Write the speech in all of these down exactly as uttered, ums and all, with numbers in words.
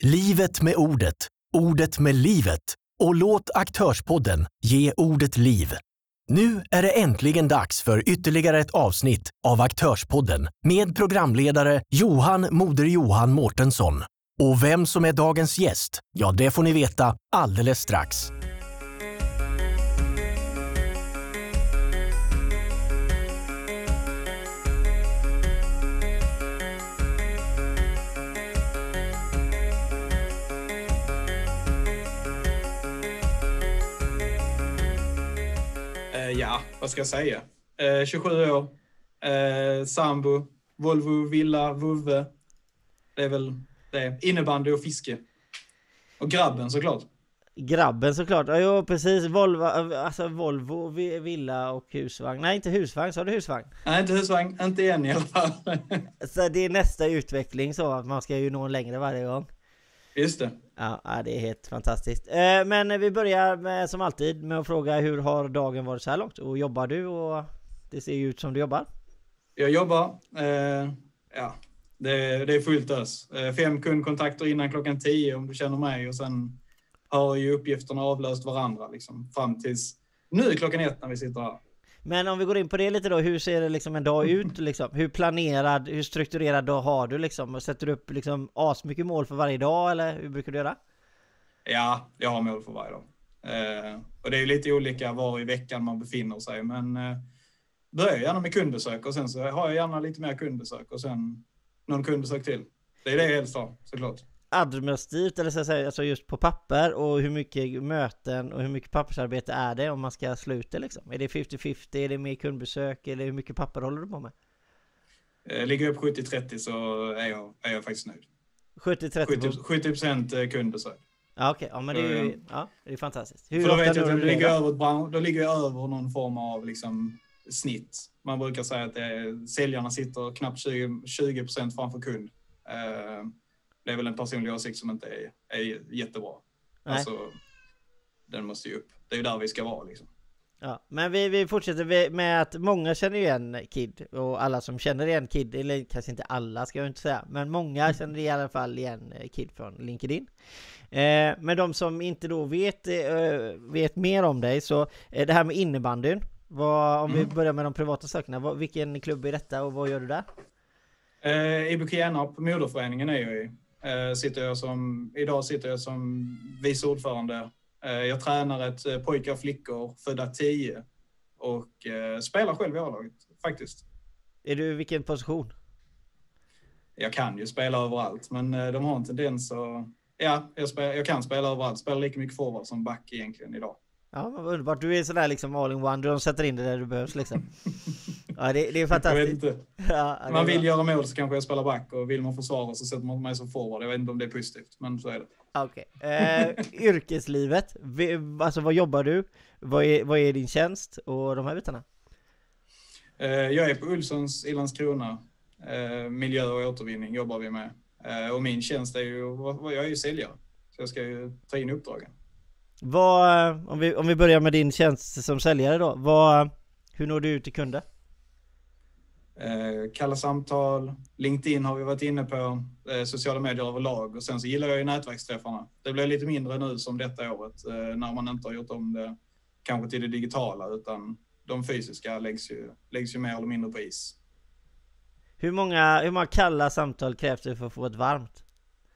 Livet med ordet, ordet med livet. Och låt Aktörspodden ge ordet liv. Nu är det äntligen dags för ytterligare ett avsnitt av Aktörspodden med programledare Johan Moder Johan Mårtensson. Och vem som är dagens gäst, ja det får ni veta alldeles strax. Ja, vad ska jag säga? Eh, tjugosju år, eh, sambo, Volvo, villa, vovve. Det är väl det. Innebandy och fiske. Och grabben såklart. Grabben såklart, ja jo, precis. Volvo, alltså Volvo, villa och husvagn. Nej, inte husvagn, sa du husvagn? Nej, inte husvagn, inte igen i alla fall. Så det är nästa utveckling så att man ska ju nå längre varje gång. Just det. Ja, det är helt fantastiskt. Men vi börjar med, som alltid med att fråga hur har dagen varit så här långt? Och jobbar du? Och det ser ju ut som du jobbar. Jag jobbar. Eh, ja, det, det är fullt ös. Eh, fem kundkontakter innan klockan tio om du känner mig. Och sen har ju uppgifterna avlöst varandra liksom, fram tills nu klockan ett när vi sitter här. Men om vi går in på det lite då, hur ser det liksom en dag ut? Liksom? Hur planerad, hur strukturerad dag har du? Liksom? Sätter du upp liksom asmycket mål för varje dag eller hur brukar du göra? Ja, jag har mål för varje dag. Eh, och det är ju lite olika var i veckan man befinner sig. Men eh, börjar gärna med kundbesök och sen så har jag gärna lite mer kundbesök och sen någon kundbesök till. Det är det jag helst har, såklart. Administrativt eller så att säga, alltså just på papper och hur mycket möten och hur mycket pappersarbete är det om man ska sluta liksom? Är det femtio femtio, är det mer kundbesök eller hur mycket papper håller du på med? Ligger upp sjuttio trettio så är jag, är jag faktiskt nöjd. sjuttio trettio sjuttio procent kundbesök. Ja okej, okay. Ja men det är ju ja, det är fantastiskt. Hur då vet jag att det ligger över, då ligger jag över någon form av liksom snitt. Man brukar säga att det är, säljarna sitter knappt tjugo procent framför kund. Uh, Det är väl en personlig åsikt som inte är, är jättebra. Nej. Alltså, den måste ju upp. Det är ju där vi ska vara liksom. Ja, men vi, vi fortsätter med att många känner igen Kid. Och alla som känner igen Kid, eller kanske inte alla ska jag inte säga. Men många känner i alla fall igen Kid från LinkedIn. Eh, men de som inte då vet, eh, vet mer om dig. Så eh, det här med innebandyn. Vad, om mm. vi börjar med de privata sakerna. Vad, vilken klubb är detta och vad gör du där? Eh, I Bukena på moderföreningen är jag i. Uh, sitter jag som, idag sitter jag som vice ordförande. Uh, jag tränar ett uh, pojkar och flickor födda tio och uh, spelar själv i A-laget faktiskt. Är du vilken position? Jag kan ju spela överallt men uh, de har en tendens att ja, jag, spel, jag kan spela överallt. Spelar lika mycket forward som back egentligen idag. Ja, men underbart. Du är sådär liksom all in one. Du sätter in det där du behövs liksom. Ja, det, det är fantastiskt. Jag vet inte. Ja, man vill göra mål så kanske jag spelar back och vill man försvara så sätter man mig som forward. Jag vet inte om det är positivt, men så är det. Okej. Okay. Eh, yrkeslivet. Alltså vad jobbar du? Vad är, vad är din tjänst och de här bitarna? Eh, jag är på Ulssons i Landskrona. Eh, miljö och återvinning jobbar vi med. Eh, och min tjänst är ju, jag är ju säljare. Så jag ska ju ta in uppdragen. Vad, om, vi, om vi börjar med din tjänst som säljare då. Vad, hur når du ut till kunder? Eh, kalla samtal, LinkedIn har vi varit inne på, eh, sociala medier överlag och sen så gillar jag ju nätverksträffarna. Det blir lite mindre nu som detta året eh, när man inte har gjort om det kanske till det digitala utan de fysiska läggs ju, läggs ju mer eller mindre på is. Hur många, hur många kalla samtal krävs det för att få ett varmt?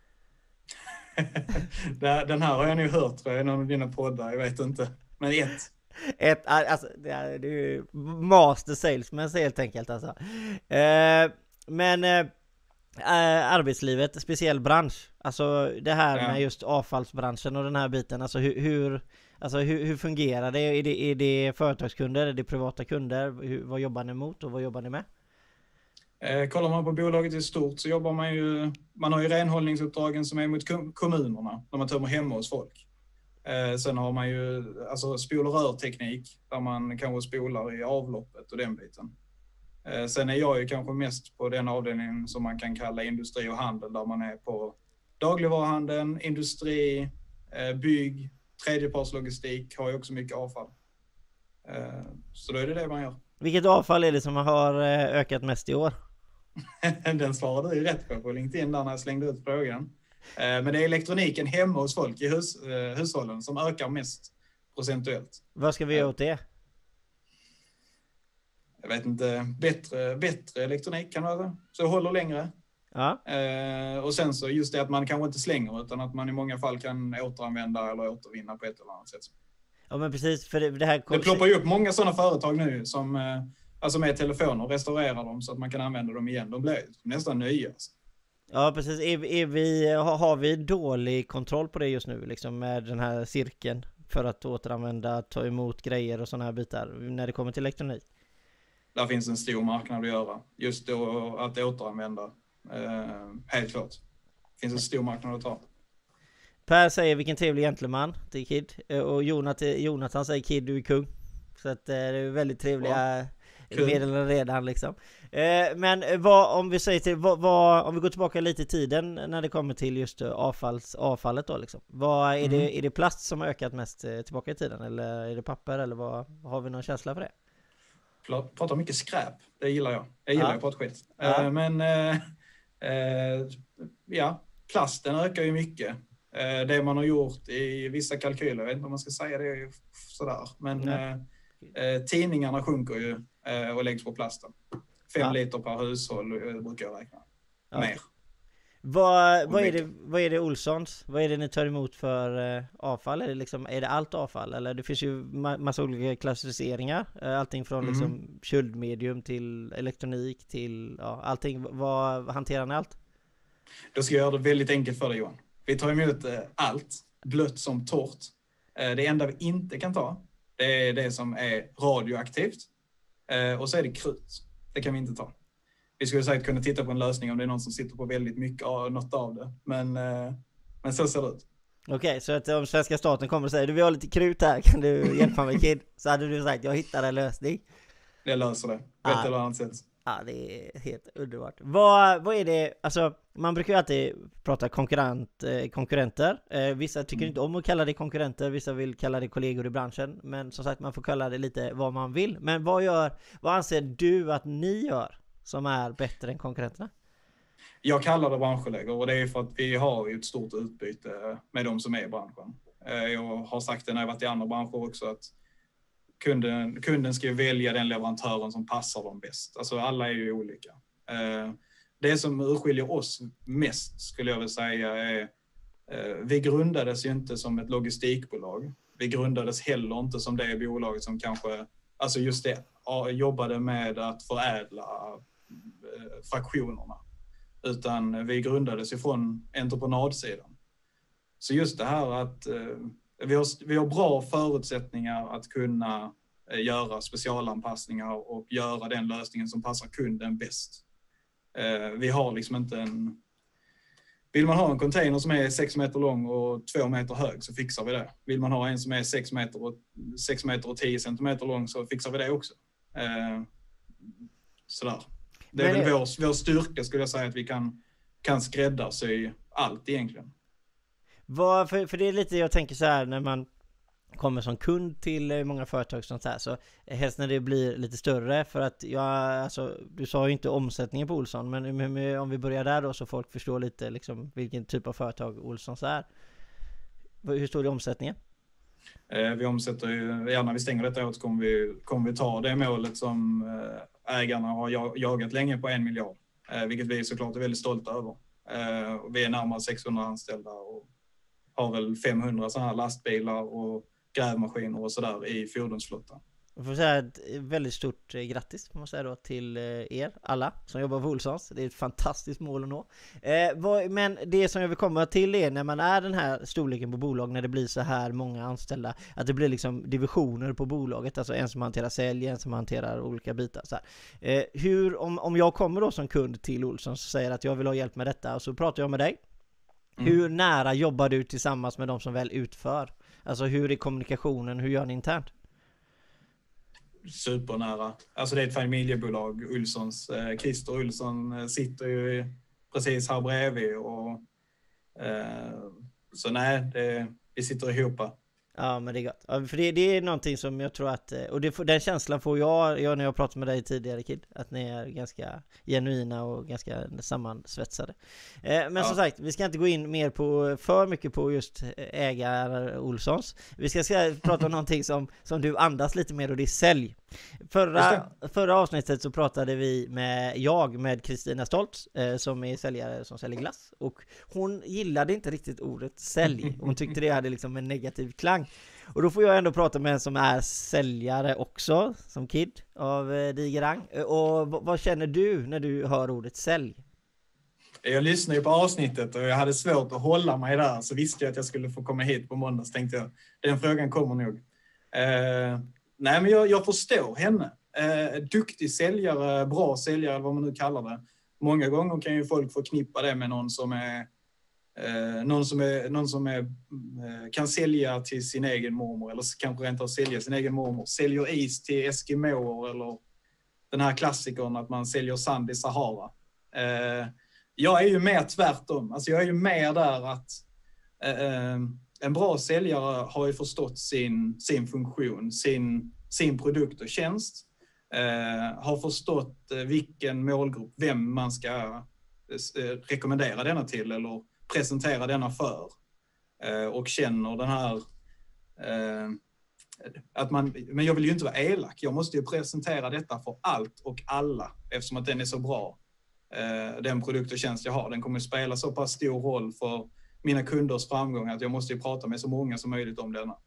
Den här har jag nu hört tror jag i någon av dina poddar, jag vet inte. Men ett. Ett, alltså, det är, det är ju master salesman helt enkelt alltså. Eh, men eh, arbetslivet, speciell bransch. Alltså det här ja. Med just avfallsbranschen och den här biten. Alltså hur, hur, alltså, hur, hur fungerar det? Är, det? är det företagskunder? Är det privata kunder? Hur, vad jobbar ni mot och vad jobbar ni med? Eh, kollar man på bolaget i stort så jobbar man ju, man har ju renhållningsuppdragen som är mot kommunerna när man tömmer hemma hos folk. Eh, sen har man ju alltså spol- och rörteknik där man kanske spolar i avloppet och den biten. Eh, sen är jag ju kanske mest på den avdelningen som man kan kalla industri och handel där man är på dagligvaruhandeln, industri, eh, bygg, tredjepartslogistik har ju också mycket avfall. Eh, så då är det det man gör. Vilket avfall är det som har ökat mest i år? Den svarade du rätt på på LinkedIn där när jag slängde ut frågan. Men det är elektroniken hemma hos folk i hus, hushållen som ökar mest procentuellt. Vad ska vi göra åt det? Jag vet inte, bättre, bättre elektronik kan vara så det håller längre. Ja. Eh, och sen så just det att man kanske inte slänger utan att man i många fall kan återanvända eller återvinna på ett eller annat sätt. Ja men precis, för det, det här... Det ploppar ju upp många sådana företag nu som eh, alltså med telefoner restaurerar dem så att man kan använda dem igen. De blir nästan nya. Alltså. Ja precis, är, är vi, har, har vi dålig kontroll på det just nu liksom med den här cirkeln för att återanvända, ta emot grejer och sådana här bitar när det kommer till elektronik? Där finns en stor marknad att göra. Just då att återanvända. Eh, helt klart. Det finns en stor marknad att ta. Per säger vilken trevlig gentleman till Kid. Och Jonathan, Jonathan säger Kid, du är kung. Så att det är väldigt trevliga ja, meddelanden redan liksom. Eh, men vad, om vi säger till, vad, vad, om vi går tillbaka lite i tiden när det kommer till just avfalls, avfallet då liksom. Vad, är, mm. det, är det plast som har ökat mest tillbaka i tiden? Eller är det papper? Eller vad, har vi någon känsla för det? Pratar mycket skräp, det gillar jag. Jag gillar ja. att prata skit. Ja. Uh, men uh, uh, ja, plasten ökar ju mycket. Uh, det man har gjort i vissa kalkyler, jag vet inte om man ska säga det sådär. Men uh, uh, tidningarna sjunker ju uh, och läggs på plasten. Fem ja. liter per hushåll uh, brukar jag räkna. Ja. Mer. Vad, vad, är det, vad är det Olssons? Vad är det ni tar emot för eh, avfall? Är det, liksom, är det allt avfall? Eller det finns ju ma- massa olika klassificeringar. Eh, allting från mm. liksom, köldmedium till elektronik till ja, allting. Vad hanterar ni allt? Då ska jag göra det väldigt enkelt för dig Johan. Vi tar emot eh, allt, blött som torrt. Eh, det enda vi inte kan ta, det är det som är radioaktivt. Eh, och så är det krut. Det kan vi inte ta. Vi skulle säkert kunna titta på en lösning om det är någon som sitter på väldigt mycket av något av det. Men, eh, men så ser det ut. Okej, okay, så att om svenska staten kommer och säger du vill ha lite krut här, kan du hjälpa mig Kid? Så hade du sagt jag hittar en lösning. Det löser det, på ett eller annat sätt. Ja, det är helt underbart. Vad, vad är det, alltså man brukar ju alltid prata konkurrent, eh, konkurrenter. Eh, vissa tycker mm. inte om att kalla det konkurrenter, vissa vill kalla det kollegor i branschen. Men som sagt, man får kalla det lite vad man vill. Men vad gör, vad anser du att ni gör som är bättre än konkurrenterna? Jag kallar det branschkollegor och det är för att vi har ett stort utbyte med de som är i branschen. Jag har sagt det när jag varit i andra branscher också att kunden, kunden ska välja den leverantören som passar dem bäst. Alltså alla är ju olika. Det som urskiljer oss mest skulle jag vilja säga är vi grundades ju inte som ett logistikbolag. Vi grundades heller inte som det bolaget som kanske, alltså just det, jobbade med att förädla fraktionerna. Utan vi grundades ifrån entreprenadsidan. Så just det här att eh, vi, har, vi har bra förutsättningar att kunna eh, göra specialanpassningar och göra den lösningen som passar kunden bäst. Eh, vi har liksom inte en... Vill man ha en container som är sex meter lång och två meter hög så fixar vi det. Vill man ha en som är sex meter och, sex meter och tio centimeter lång så fixar vi det också. Eh, sådär. Det är Men... väl vår, vår styrka skulle jag säga att vi kan, kan skräddarsy allt egentligen. Vad, för, för det är lite jag tänker så här när man kommer som kund till många företag sånt här, så helst när det blir lite större för att jag, alltså, du sa ju inte omsättningen på Olsson men med, med, om vi börjar där då så folk förstår lite liksom vilken typ av företag Olssons är. Hur stor är omsättningen? Eh, vi omsätter ju, ja, när vi stänger detta åt så kommer vi, kommer vi ta det målet som eh, ägarna har jagat länge på en miljard. Eh, vilket vi såklart är väldigt stolta över. Eh, vi är närmare sexhundra anställda och har väl femhundra sådana här lastbilar och grävmaskiner och sådär i fordonsflottan. Jag får säga ett väldigt stort grattis får man säga då till er alla som jobbar på Olssons. Det är ett fantastiskt mål att nå. Eh, vad, men det som jag vill komma till är när man är den här storleken på bolag, när det blir så här många anställda, att det blir liksom divisioner på bolaget, alltså en som hanterar sälj, en som hanterar olika bitar. Så här. Eh, hur, om, om jag kommer då som kund till Olssons och säger att jag vill ha hjälp med detta och så pratar jag med dig. Mm. Hur nära jobbar du tillsammans med de som väl utför? Alltså hur är kommunikationen, hur gör ni internt? Supernära. Alltså det är ett familjebolag, Olssons. Eh, Christer Olsson sitter ju precis här bredvid och eh, så nej, det, vi sitter ihop. Ja, men det är gott. Ja, för det, det är någonting som jag tror att, och det, den känslan får jag, jag när jag pratat med dig tidigare, Kid, att ni är ganska genuina och ganska sammansvetsade. Eh, men ja. Som sagt, vi ska inte gå in mer på, för mycket på just ägare Olssons. Vi ska, ska prata om någonting som, som du andas lite mer, och det är sälj. Förra, förra avsnittet så pratade vi med, jag med Kristina Stoltz, eh, som är säljare som säljer glass, och hon gillade inte riktigt ordet sälj. Hon tyckte det hade liksom en negativ klang. Och då får jag ändå prata med en som är säljare också, som Kid av eh, Digerang. Och v- vad känner du när du hör ordet sälj? Jag lyssnade ju på avsnittet och jag hade svårt att hålla mig där, så visste jag att jag skulle få komma hit på måndag, så tänkte jag, den frågan kommer nog. Eh, nej, men jag, jag förstår henne. Eh, duktig säljare, bra säljare, vad man nu kallar det. Många gånger kan ju folk förknippa det med någon som är Eh, någon som, är, någon som är, eh, kan sälja till sin egen mormor, eller kanske rent av sälja sin egen mormor. Säljer is till eskimoer, eller den här klassikern att man säljer sand i Sahara. Eh, jag är ju mer tvärtom. Alltså jag är ju mer där att eh, en bra säljare har ju förstått sin, sin funktion, sin, sin produkt och tjänst. Eh, har förstått eh, vilken målgrupp, vem man ska eh, rekommendera denna till eller presentera denna för, eh, och känner den här eh, att man, men jag vill ju inte vara elak, jag måste ju presentera detta för allt och alla, eftersom att den är så bra, eh, den produkt och tjänst jag har, den kommer att spela så pass stor roll för mina kunders framgång att jag måste ju prata med så många som möjligt om denna.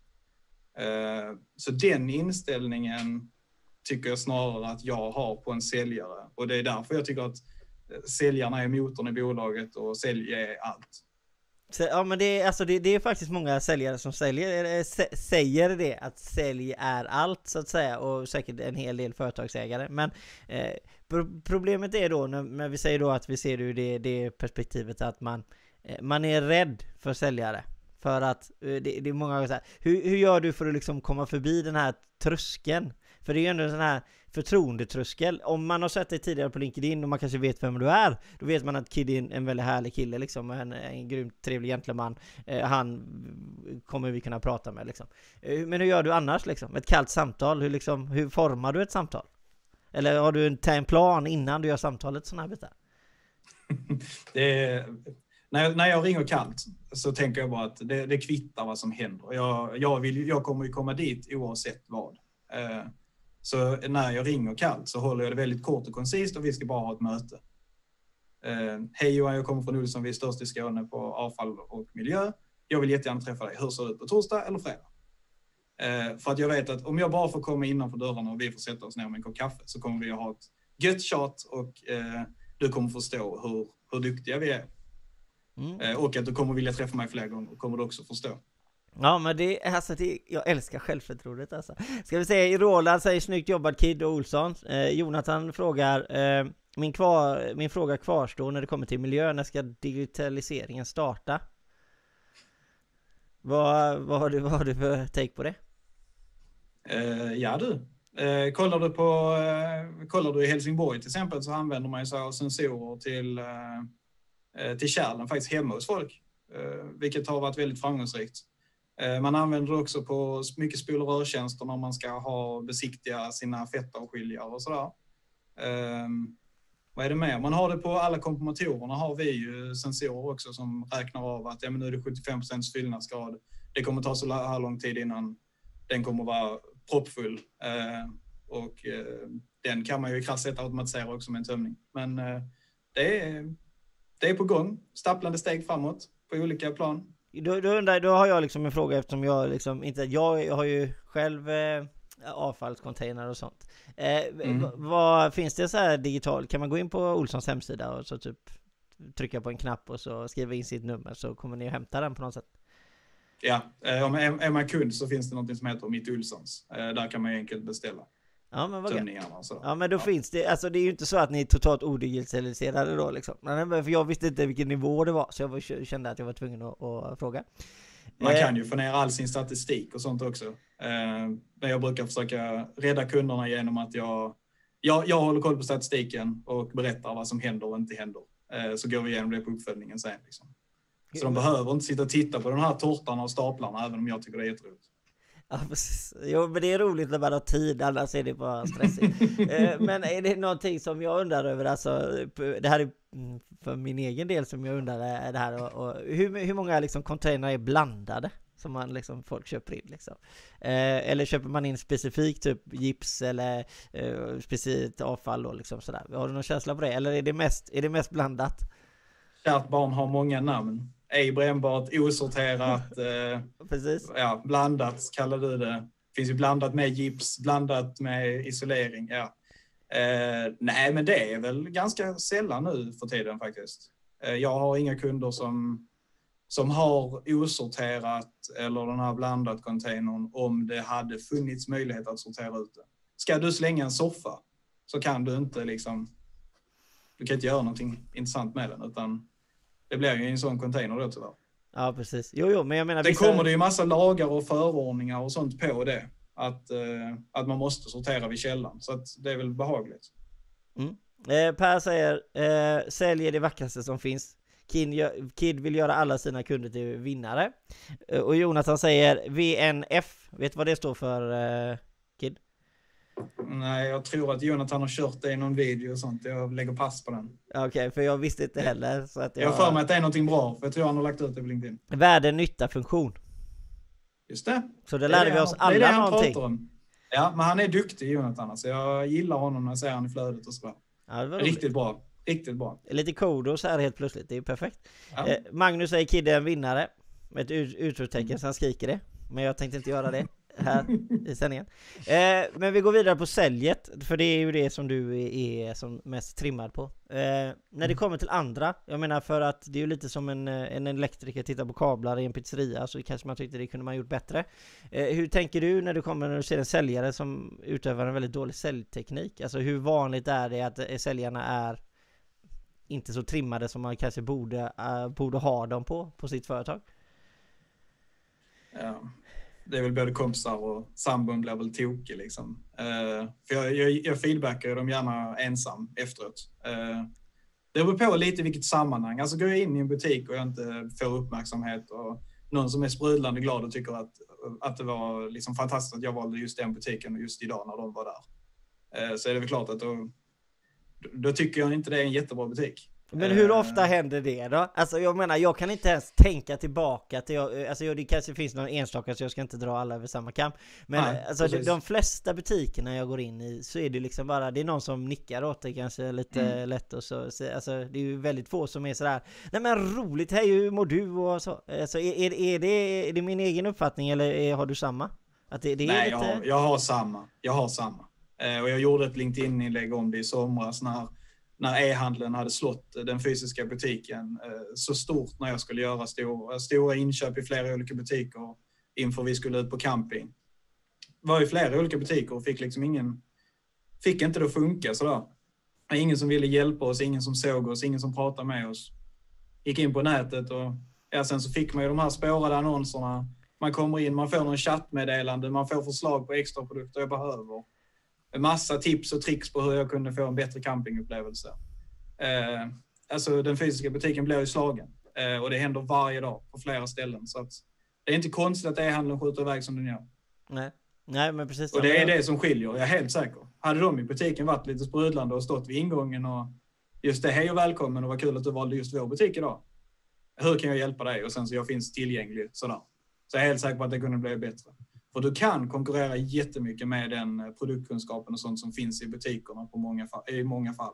Eh, så den inställningen tycker jag snarare att jag har på en säljare, och det är därför jag tycker att säljarna är motorn i bolaget och sälj är allt. Så, ja, men det är, alltså det, det är faktiskt många säljare som säljer, äh, säger det, att sälj är allt så att säga, och säkert en hel del företagsägare. Men eh, pro- problemet är då när, när vi säger då att vi ser det ur det, det perspektivet att man, eh, man är rädd för säljare. För att eh, det, det är många gånger så här, hur, hur gör du för att liksom komma förbi den här tröskeln? För det är ju ändå en sån här förtroendetröskel. Om man har sett dig tidigare på LinkedIn och man kanske vet vem du är, då vet man att Kid är en, en väldigt härlig kille liksom, en, en grymt trevlig gentleman. Eh, han kommer vi kunna prata med liksom. Eh, men hur gör du annars liksom? Ett kallt samtal, hur, liksom, hur formar du ett samtal? Eller har du en, en plan innan du gör samtalet sån här bitar? Det är, när, när jag ringer kallt så tänker jag bara att det, det kvittar vad som händer. Jag, jag, vill, jag kommer ju komma dit oavsett vad. Eh, Så när jag ringer kallt så håller jag det väldigt kort och koncist, och vi ska bara ha ett möte. Eh, Hej Johan, jag kommer från Olsson, vi är störst i Skåne på avfall och miljö. Jag vill jättegärna träffa dig. Hur ser det ut på torsdag eller fredag? Eh, för att jag vet att om jag bara får komma innanför dörrarna och vi får sätta oss ner med en kopp kaffe, så kommer vi att ha ett gött tjat, och eh, du kommer förstå hur, hur duktiga vi är. Mm. Eh, och att du kommer vilja träffa mig fler gånger, kommer du också förstå. Ja, men det, alltså det, jag älskar självförtroendet alltså. Ska vi säga, Roland säger snyggt jobbat Kid och Olsson. eh, Jonathan frågar eh, min, kvar, min fråga kvarstår när det kommer till miljö. När ska digitaliseringen starta? Vad, vad, har, du, vad har du för take på det? Eh, ja du, eh, kollar du på eh, kollar du i Helsingborg till exempel, så använder man ju så här sensorer till, eh, till kärlen faktiskt hemma hos folk, eh, vilket har varit väldigt framgångsrikt. Man använder det också på mycket spol- och rörtjänster när man ska ha besiktiga sina fettavskiljare och sådär. Um, vad är det mer? Man har det på alla komprimatorerna, har vi ju sensorer också som räknar av att ja, men nu är det sjuttiofem procent fyllnadsgrad. Det kommer ta så här lång tid innan den kommer vara proppfull. Uh, och uh, den kan man ju i krasst sätt automatisera också med en tömning. Men uh, det, är, det är på gång. Stapplande steg framåt på olika plan. Då, då, undrar, då har jag liksom en fråga, eftersom jag liksom inte, jag har ju själv eh, avfallscontainer och sånt. Eh, mm. v- vad finns det så här digitalt? Kan man gå in på Olssons hemsida och så typ trycka på en knapp och så skriva in sitt nummer, så kommer ni att hämta den på något sätt? Ja, eh, om är, är man kund så finns det något som heter Mitt Olssons. Eh, där kan man enkelt beställa. Ja, men vad tömningarna. Ja, men då ja. finns det, alltså det är ju inte så att ni är totalt odigitaliserade då liksom. Men för jag visste inte vilken nivå det var, så jag var, kände att jag var tvungen att, att fråga. Man kan ju få ner all sin statistik och sånt också. Men jag brukar försöka rädda kunderna genom att jag, jag, jag håller koll på statistiken och berättar vad som händer och inte händer. Så går vi igenom det på uppföljningen sen. Liksom. Så de behöver inte sitta och titta på den här tårtan och staplarna, även om jag tycker det är jätteroligt. Ja, precis. Jo, men det är roligt när man har tid, annars är det bara stressigt. eh, men är det någonting som jag undrar över, alltså, det här är för min egen del som jag undrar är det här, och, och hur, hur många liksom container är blandade som man liksom, folk köper in liksom? Eh, eller köper man in specifikt typ gips eller eh, specifikt avfall och liksom sådär? Har du någon känsla på det? Eller är det mest, är det mest blandat? Kärt barn har många namn. Ej brännbart, osorterat, eh, Precis. Ja, blandat kallar du det. Finns ju blandat med gips, blandat med isolering. Ja. Eh, nej, men det är väl ganska sällan nu för tiden faktiskt. Eh, jag har inga kunder som, som har osorterat eller den här blandat containern om det hade funnits möjlighet att sortera ut det. Ska du slänga en soffa så kan du inte liksom, du kan inte göra någonting intressant med den, utan det blir ju en sån container då tyvärr. Ja, precis. Jo, jo, men jag menar... Det vissa... kommer det ju massa lagar och förordningar och sånt på det. Att, eh, att man måste sortera vid källan. Så att det är väl behagligt. Mm. Eh, Per säger, eh, säljer det vackraste som finns. Kid, Kid vill göra alla sina kunder till vinnare. Eh, och Jonathan säger V N F. Vet du vad det står för, eh, Kid? Nej, jag tror att Jonathan har kört det i någon video och sånt. Jag lägger pass på den. Okej, okay, för jag visste inte heller. Så att jag... jag har för mig att det är någonting bra. För jag tror han har lagt ut det på LinkedIn. Värde, nytta, funktion. Just det. Så det lärde det vi oss han, alla det är det han någonting. pratar om. Ja, men han är duktig, Jonathan. Alltså, jag gillar honom när jag ser han i flödet och sådär. Ja, riktigt bra. Riktigt bra. Lite kodos här helt plötsligt. Det är perfekt. Ja. Eh, Magnus säger Kid är en vinnare. Med ett ut- utropstecken så han skriker det. Men jag tänkte inte göra det här i sändningen. Eh, men vi går vidare på säljet. För det är ju det som du är, är som mest trimmad på. Eh, när det kommer till andra. Jag menar, för att det är ju lite som en, en elektriker tittar på kablar i en pizzeria. Så kanske man tyckte det kunde man gjort bättre. Eh, hur tänker du när du kommer när du ser en säljare som utövar en väldigt dålig säljteknik? Alltså hur vanligt är det att säljarna är inte så trimmade som man kanske borde, uh, borde ha dem på, på sitt företag? Ja, det är väl både kompisar och sambon blir väl tokig liksom. Uh, för jag, jag, jag feedbackar dem gärna ensam efteråt. Uh, det beror på lite vilket sammanhang. Alltså går jag in i en butik och jag inte får uppmärksamhet och någon som är sprudlande glad och tycker att, att det var liksom fantastiskt att jag valde just den butiken just idag när de var där. Uh, så är det väl klart att då, då tycker jag inte det är en jättebra butik. Men hur ofta händer det då? Alltså jag menar, jag kan inte ens tänka tillbaka till, jag, alltså det kanske finns någon enstaka så jag ska inte dra alla över samma kam. Men nej, alltså de, de flesta butikerna jag går in i så är det liksom bara, det är någon som nickar åt det kanske lite mm. lätt och så, så, alltså det är ju väldigt få som är sådär, nej men roligt, hej hur mår du och så. Alltså är, är, är, det, är det min egen uppfattning eller är, har du samma? Att det, det är nej, lite... jag, har, jag har samma, jag har samma. Eh, och jag gjorde ett LinkedIn-inlägg om det i somras när när e-handeln hade slått den fysiska butiken eh, så stort när jag skulle göra stora, stora inköp i flera olika butiker inför vi skulle ut på camping. Var i flera olika butiker och fick liksom ingen, fick inte det att funka sådär. Ingen som ville hjälpa oss, ingen som såg oss, ingen som pratade med oss. Gick in på nätet och ja, sen så fick man ju de här spårade annonserna. Man kommer in, man får någon chattmeddelande, man får förslag på extra produkter jag behöver. En massa tips och tricks på hur jag kunde få en bättre campingupplevelse. Eh, alltså den fysiska butiken blir ju slagen. Eh, och det händer varje dag på flera ställen. Så att det är inte konstigt att e-handeln skjuter iväg som den gör. Nej, Nej men precis. Och det är det som skiljer, jag är helt säker. Hade de i butiken varit lite sprudlande och stått vid ingången och just det, hej och välkommen och vad kul att du valde just vår butik idag. Hur kan jag hjälpa dig? Och sen så jag finns tillgänglig sådär. Så jag är helt säker på att det kunde bli bättre. För du kan konkurrera jättemycket med den produktkunskapen och sånt som finns i butikerna på många fall, i många fall.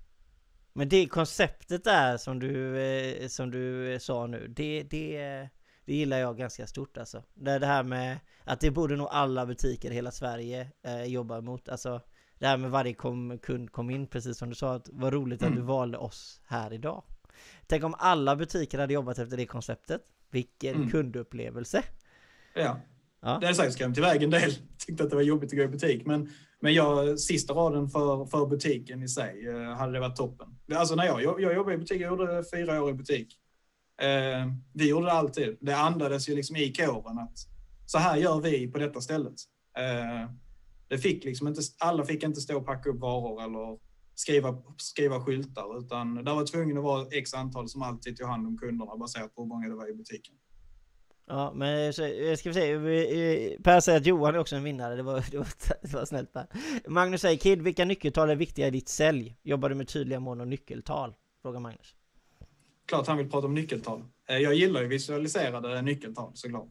Men det konceptet där som du, eh, som du sa nu, det, det, det gillar jag ganska stort alltså. Det, det här med att det borde nog alla butiker i hela Sverige eh, jobba mot. Alltså det här med varje kom, kund kom in, precis som du sa, att vad roligt mm. att du valde oss här idag. Tänk om alla butiker hade jobbat efter det konceptet. Vilken mm. kundupplevelse. Ja. Ja. Det är säkert skrämt iväg en del. Tyckte att det var jobbigt att gå i butik. Men, men jag, sista raden för, för butiken i sig eh, hade det varit toppen. Alltså när jag, jag, jag jobbade i butik, jag gjorde fyra år i butik. Eh, vi gjorde det alltid. Det andades ju liksom i kåren att så här gör vi på detta stället. Eh, det fick liksom inte, alla fick inte stå och packa upp varor eller skriva, skriva skyltar. Utan det var tvungen att vara x antal som alltid tog hand om kunderna baserat på hur många det var i butiken. Ja, men så, ska vi se. Per säger att Johan är också en vinnare. Det var, det var, det var snällt Per. Magnus säger, Kid, vilka nyckeltal är viktiga i ditt sälj? Jobbar du med tydliga mål och nyckeltal? Frågar Magnus. Klart han vill prata om nyckeltal. Jag gillar ju visualiserade nyckeltal såklart.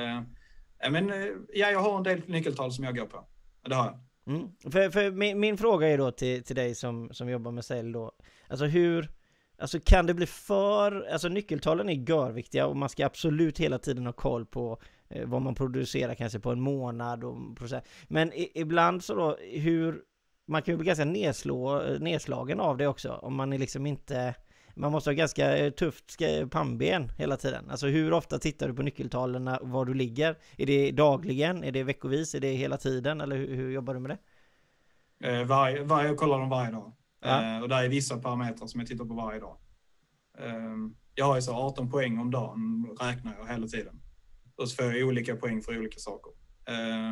Men ja, jag har en del nyckeltal som jag går på. Det har jag. Mm. För, för min, min fråga är då till, till dig som, som jobbar med sälj då. Alltså hur... Alltså kan det bli för... Alltså nyckeltalen är görviktiga och man ska absolut hela tiden ha koll på eh, vad man producerar kanske på en månad och process. Men i, ibland så då, hur... Man kan ju bli ganska nedslå, nedslagen av det också. Om man är liksom inte... Man måste ha ganska tufft pannben hela tiden. Alltså hur ofta tittar du på nyckeltalen och var du ligger? Är det dagligen? Är det veckovis? Är det hela tiden? Eller hur, hur jobbar du med det? Eh, varje, varje, jag kollar dem varje dag. Ja. Eh, och där är vissa parametrar som jag tittar på varje dag. Eh, jag har ju så arton poäng om dagen, räknar jag hela tiden. Och så får jag olika poäng för olika saker. Eh,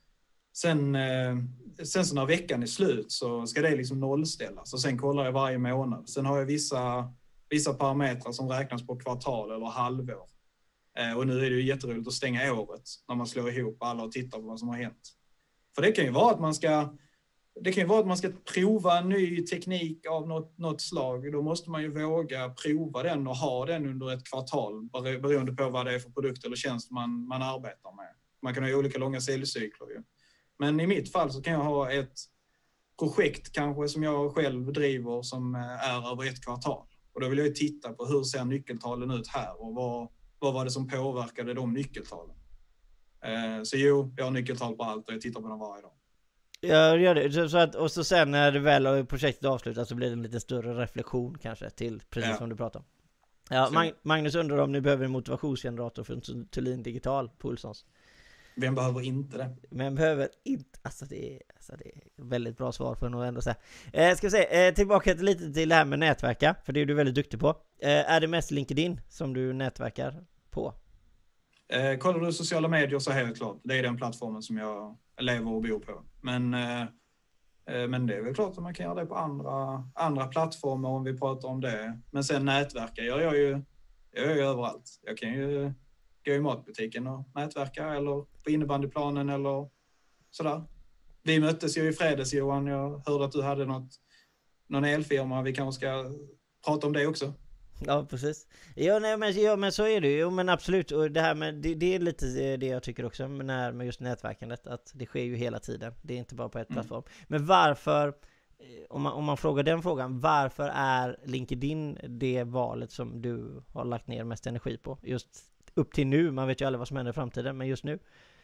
sen, eh, sen så när veckan är slut så ska det liksom nollställas. Och sen kollar jag varje månad. Sen har jag vissa, vissa parametrar som räknas på kvartal eller halvår. Eh, och nu är det ju jätteroligt att stänga året när man slår ihop alla och tittar på vad som har hänt. För det kan ju vara att man ska... Det kan ju vara att man ska prova en ny teknik av något, något slag. Då måste man ju våga prova den och ha den under ett kvartal beroende på vad det är för produkt eller tjänst man, man arbetar med. Man kan ha olika långa säljcykler ju. Men i mitt fall så kan jag ha ett projekt kanske som jag själv driver som är över ett kvartal. Och då vill jag ju titta på hur ser nyckeltalen ut här och vad, vad var det som påverkade de nyckeltalen. Eh, så jo, jag har nyckeltal på allt och jag tittar på dem varje dag. Jag gör det. Så att, och så sen när det väl projektet avslutas så blir det en lite större reflektion kanske till precis ja. som du pratar om. Ja, Mag- Magnus undrar om ni behöver en motivationsgenerator för en Thulin Digital på Olssons. Vem behöver inte det? Men behöver inte. Alltså det är, alltså det är väldigt bra svar för nog ändå säga. Eh, ska vi se, eh, tillbaka till lite till det här med nätverka. För det är du väldigt duktig på. Eh, är det mest LinkedIn som du nätverkar på? Eh, kollar du sociala medier så helt klart. Det är den plattformen som jag lever och bor på. Men, eh, men det är väl klart att man kan göra det på andra, andra plattformar om vi pratar om det. Men sen nätverka gör jag ju, jag gör ju överallt. Jag kan ju gå i matbutiken och nätverka eller på innebandyplanen eller sådär. Vi möttes ju i fredags, Johan. Jag hörde att du hade något, någon elfirma. Vi kanske ska prata om det också. Ja, precis. Ja, nej, men, ja, men så är det ju. Men absolut. Och det här med, det, det är lite det jag tycker också med, med just nätverkandet. Att det sker ju hela tiden. Det är inte bara på ett mm. plattform. Men varför, om man, om man frågar den frågan, varför är LinkedIn det valet som du har lagt ner mest energi på? Just upp till nu. Man vet ju aldrig vad som händer i framtiden, men just nu.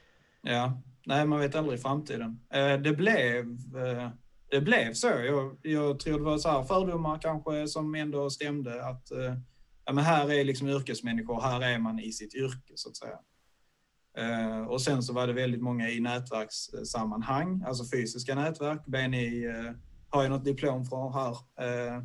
Ja, nej, man vet aldrig i framtiden. Eh, det blev... Eh... Det blev så. Jag, jag tror det var så här fördomar kanske som ändå stämde att eh, ja, men här är liksom yrkesmänniskor, här är man i sitt yrke så att säga. Eh, och sen så var det väldigt många i nätverkssammanhang, alltså fysiska nätverk. B N I eh, har ju något diplom från här. Eh,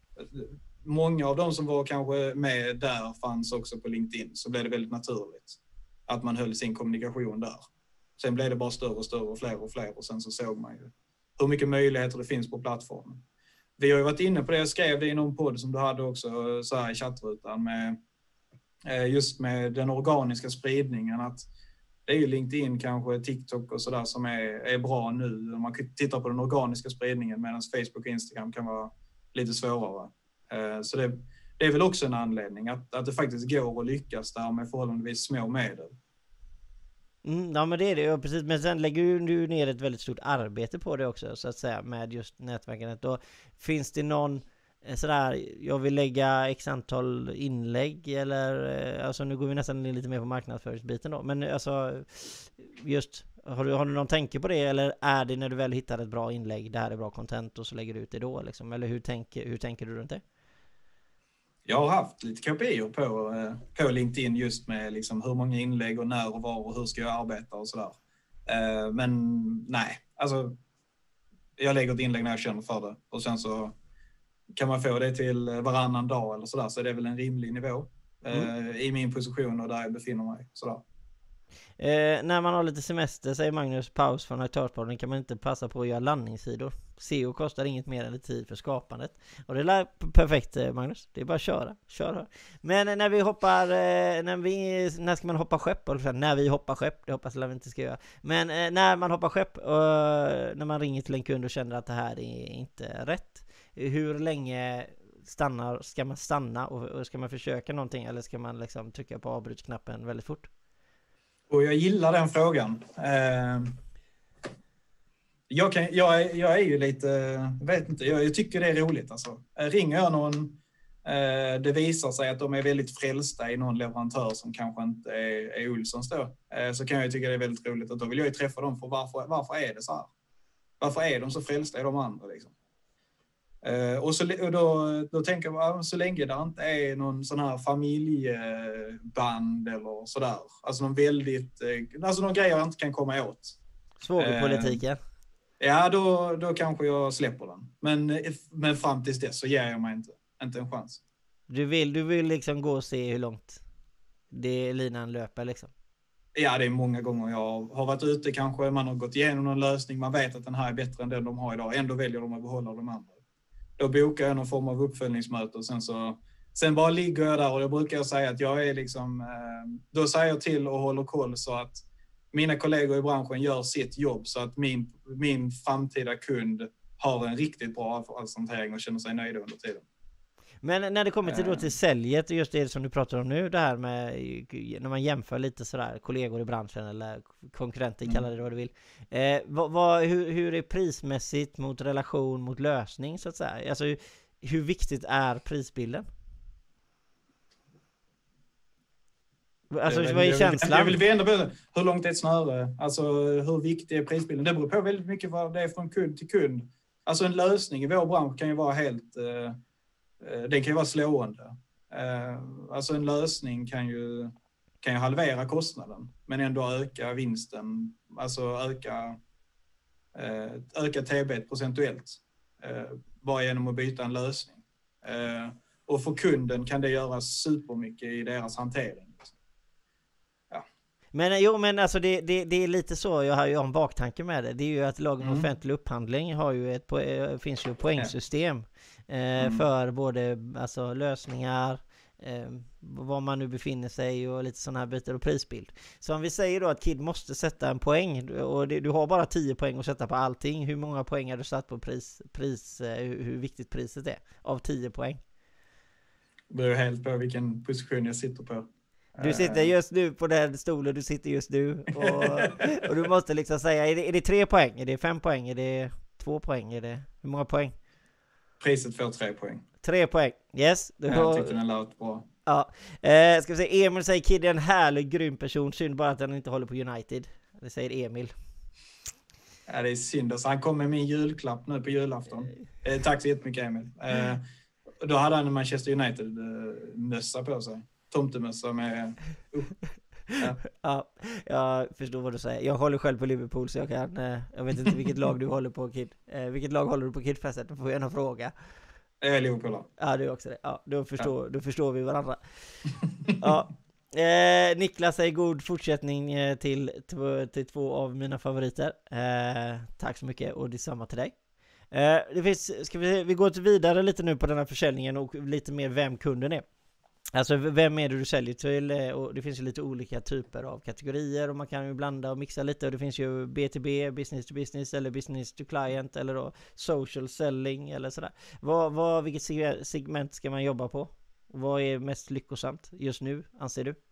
många av de som var kanske med där fanns också på LinkedIn, så blev det väldigt naturligt att man höll sin kommunikation där. Sen blev det bara större och större och fler och fler och sen så såg man ju hur mycket möjligheter det finns på plattformen. Vi har ju varit inne på det, jag skrev det i någon podd som du hade också så här i chattrutan med just med den organiska spridningen, att det är ju LinkedIn, kanske TikTok och sådär som är, är bra nu om man tittar på den organiska spridningen, medan Facebook och Instagram kan vara lite svårare. Så det, det är väl också en anledning att, att det faktiskt går att lyckas där med förhållandevis små medel. Mm, ja, men det är det ju precis, men sen lägger du ner ett väldigt stort arbete på det också så att säga med just nätverkandet. Då finns det någon sådär, jag vill lägga x antal inlägg eller alltså nu går vi nästan lite mer på marknadsföringsbiten då, men alltså just har du, har du någon tanke på det, eller är det när du väl hittar ett bra inlägg, det här är bra content och så lägger du ut det då liksom, eller hur tänker, hur tänker du runt det? Jag har haft lite K P I på, på LinkedIn just med liksom hur många inlägg och när och var och hur ska jag arbeta och sådär. Men nej, alltså jag lägger ett inlägg när jag känner för det. Och sen så kan man få det till varannan dag eller sådär, så det är väl en rimlig nivå mm. i min position och där jag befinner mig. Sådär. Eh, när man har lite semester, säger Magnus, paus från Aktörspodden, kan man inte passa på att göra landningssidor. S E O kostar inget mer än tid för skapandet. Och det är perfekt, Magnus. Det är bara att köra. Kör. Men när vi hoppar, när, vi, när ska man hoppa skepp? Eller när vi hoppar skepp, det hoppas jag inte ska göra. Men när man hoppar skepp och när man ringer till en kund och känner att det här är inte rätt. Hur länge stannar, ska man stanna och ska man försöka någonting, eller ska man liksom trycka på avbrytknappen väldigt fort? Och jag gillar den frågan. Jag, kan, jag, är, jag är ju lite, vet inte, jag, jag tycker det är roligt. Alltså. Ringer jag någon, det visar sig att de är väldigt frälsta i någon leverantör som kanske inte är, är Olssons då, så kan jag tycka det är väldigt roligt att då vill jag ju träffa dem för varför, varför är det så här? Varför är de så frälsta i de andra liksom? Och, så, och då, då tänker jag, så länge det inte är någon sån här familjeband eller sådär, alltså någon väldigt, alltså någon grej jag inte kan komma åt. Svågerpolitiken. Eh, ja, då, då kanske jag släpper den. Men, men fram tills dess så ger jag mig inte, inte en chans. Du vill, du vill liksom gå och se hur långt det linan löper liksom? Ja, det är många gånger jag har varit ute kanske, man har gått igenom någon lösning, man vet att den här är bättre än den de har idag, ändå väljer de att behålla de andra. Då bokar jag någon form av uppföljningsmöte och sen så sen bara ligger jag där, och då brukar jag säga att jag är liksom, då säger jag till och håller koll så att mina kollegor i branschen gör sitt jobb så att min, min framtida kund har en riktigt bra avfallshantering och känner sig nöjd under tiden. Men när det kommer till, då till säljet, just det som du pratar om nu, det här med när man jämför lite sådär kollegor i branschen eller konkurrenter, mm. kalla det vad du vill. Eh, vad, vad, hur, hur är prismässigt mot relation mot lösning så att säga? Alltså hur viktigt är prisbilden? Alltså jag, vad är jag, känslan? Jag vill vända på hur långt är ett snöre? Alltså hur viktig är prisbilden? Det beror på väldigt mycket vad det är från kund till kund. Alltså en lösning i vår bransch kan ju vara helt... Eh, den kan ju vara slående. Alltså en lösning kan ju, kan ju halvera kostnaden men ändå öka vinsten, alltså öka, öka T B procentuellt bara genom att byta en lösning. Och för kunden kan det göra supermycket i deras hantering. Ja. Men jo, men alltså det, det, det är lite så, jag har ju en baktanke med det. Det är ju att lagen om mm. offentlig upphandling har ju ett, finns ju poängsystem. Mm. För både alltså, lösningar, eh, var man nu befinner sig och lite sådana här bitar och prisbild. Så om vi säger då att Kid måste sätta en poäng och det, du har bara tio poäng att sätta på allting. Hur många poäng har du satt på pris, pris eh, hur, hur viktigt priset är av tio poäng? Det beror helt på vilken position jag sitter på. Du sitter just nu på den stolen, du sitter just nu och, och du måste liksom säga, är det, är det tre poäng? Är det fem poäng? Är det två poäng? Är det, hur många poäng? Priset får tre poäng. Tre poäng, yes. Du har... Jag tyckte den lät bra. Ja, eh, ska vi säga, Emil säger Kid är en härlig, grym person. Synd bara att han inte håller på United. Det säger Emil. Ja, det är synd. Alltså, han kom med min julklapp nu på julafton. Eh, tack så jättemycket, Emil. Eh, då hade han en Manchester United-mössa eh, på sig. Tomtemössa med... Uh. Ja. Ja, jag förstår vad du säger. Jag håller själv på Liverpool så jag kan, eh, jag vet inte vilket lag du håller på, Kid. Eh, vilket lag håller du på, Kidfestet? Då får jag en fråga. Jag är Liverpool. Ja, du är också det. Ja, då förstår, ja. Då förstår vi varandra. Ja. Eh, Niklas säger god fortsättning till, till, till två av mina favoriter. Eh, tack så mycket och detsamma till dig. Eh, det finns, ska vi, vi går vidare lite nu på den här försäljningen och lite mer vem kunden är. Alltså vem är det du säljer till, och det finns ju lite olika typer av kategorier och man kan ju blanda och mixa lite, och det finns ju B two B, business to business eller business to client eller då social selling eller sådär. Vad, vad, vilket segment ska man jobba på? Vad är mest lyckosamt just nu, anser du?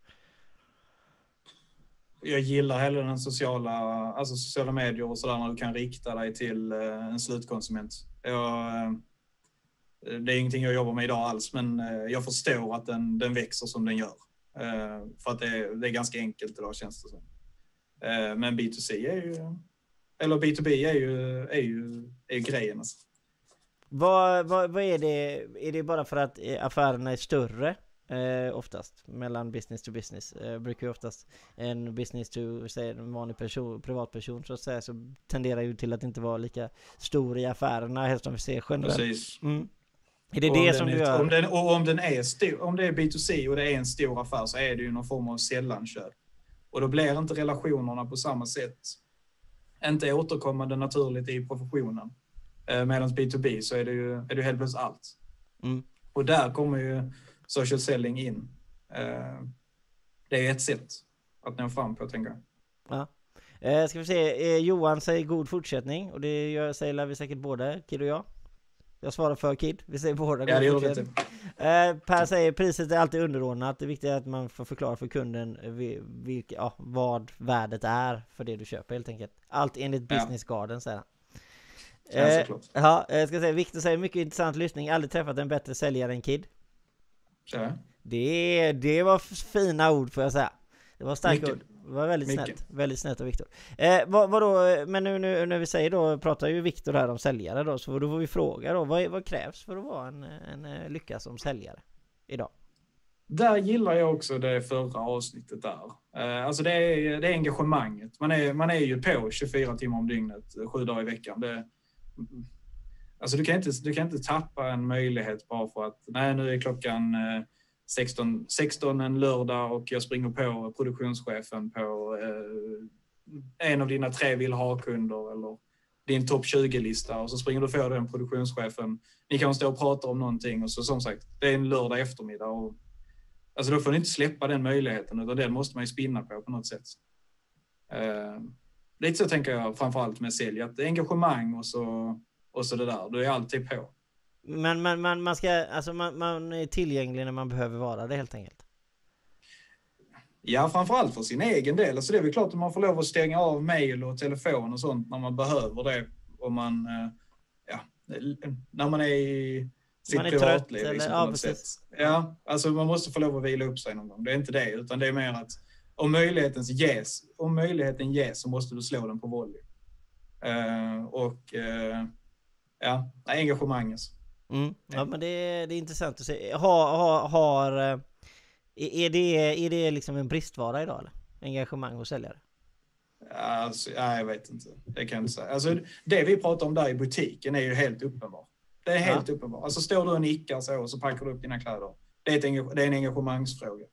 Jag gillar hela den sociala, alltså sociala medier och sådär, när du kan rikta dig till en slutkonsument. Jag... Det är ingenting jag jobbar med idag alls, men jag förstår att den, den växer som den gör. För att det är, det är ganska enkelt idag, känns det som. Men B two C är ju, eller B two B är ju, är ju, är ju grejen. Alltså. Vad, vad, vad är det? Är det bara för att affärerna är större eh, oftast mellan business to business? Eh, brukar ju oftast en business to, säg en vanlig person, privatperson så att säga, så tenderar ju till att inte vara lika stor i affärerna, helst om vi ser generellt. Precis. Mm. Är det det som är, du gör? Om, den, och om, den är stor, om det är B two C och det är en stor affär, så är det ju någon form av sällanköp. Och då blir inte relationerna på samma sätt, inte återkommande naturligt i professionen. Eh, Medan B to B så är det ju, är det helt plötsligt allt. Mm. Och där kommer ju social selling in. Eh, det är ett sätt att nå fram på, tänker jag. Ja. Eh, ska vi se, eh, Johan säger god fortsättning, och det gör, säger vi säkert båda, Kid och jag. Jag svarar för Kid, vi säger båda ja, god det fortsättning. Eh, Per säger priset är alltid underordnat, det viktiga är att man får förklara för kunden vil, vil, ja, vad värdet är för det du köper helt enkelt. Allt enligt Business ja. Garden, säger han. Eh, ja, jag ska säga, Victor säger mycket intressant lyssning, aldrig träffat en bättre säljare än Kid. Ja. Det, det var fina ord, får jag säga. Det var starka ord. Det var väldigt mycket. snällt. Väldigt snällt av Victor. Eh, vad, vad då, men nu, nu när vi säger då, pratar ju Victor här om säljare då, så då får vi fråga då, vad, vad krävs för att vara en, en lyckas som säljare idag? Där gillar jag också det förra avsnittet där. Eh, alltså det är, det är engagemanget. Man är, man är ju på tjugofyra timmar om dygnet, sju dagar i veckan. Det, alltså du kan, inte, du kan inte tappa en möjlighet bara för att nej, nu är klockan eh, sexton, sexton en lördag och jag springer på produktionschefen på eh, en av dina tre vill ha-kunder eller din topp tjugo-lista, och så springer du på den produktionschefen. Ni kan stå och prata om någonting, och så som sagt, det är en lördag eftermiddag, och alltså då får ni inte släppa den möjligheten, utan den måste man ju spinna på på något sätt. Eh, lite så tänker jag framförallt med sälj, att engagemang och så, och så det där, du är alltid på. Men, men, men man ska, alltså man, man är tillgänglig när man behöver vara det helt enkelt. Ja, framförallt för sin egen del. Alltså det är väl klart att man får lov att stänga av mejl och telefon och sånt när man behöver det. Om man, ja, när man är i sitt man är privatliv. Trött, liksom, eller, på något ja, sätt. Ja, alltså man måste få lov att vila upp sig någon gång. Det är inte det, utan det är mer att om möjligheten ges, om möjligheten ges så måste du slå den på volley. Uh, och uh, ja, engagemanget. Mm. Ja, men det är, det är intressant att se. Har, har, har, är, det, är det liksom en bristvara idag, eller? Engagemang hos säljare? Alltså, ja, jag vet inte. Det kan jag inte säga. Alltså, det vi pratar om där i butiken är ju helt uppenbart. Det är helt ja. uppenbart. Alltså står du och nickar så och så packar du upp dina kläder. Det är, ett, det är en engagemangsfråga.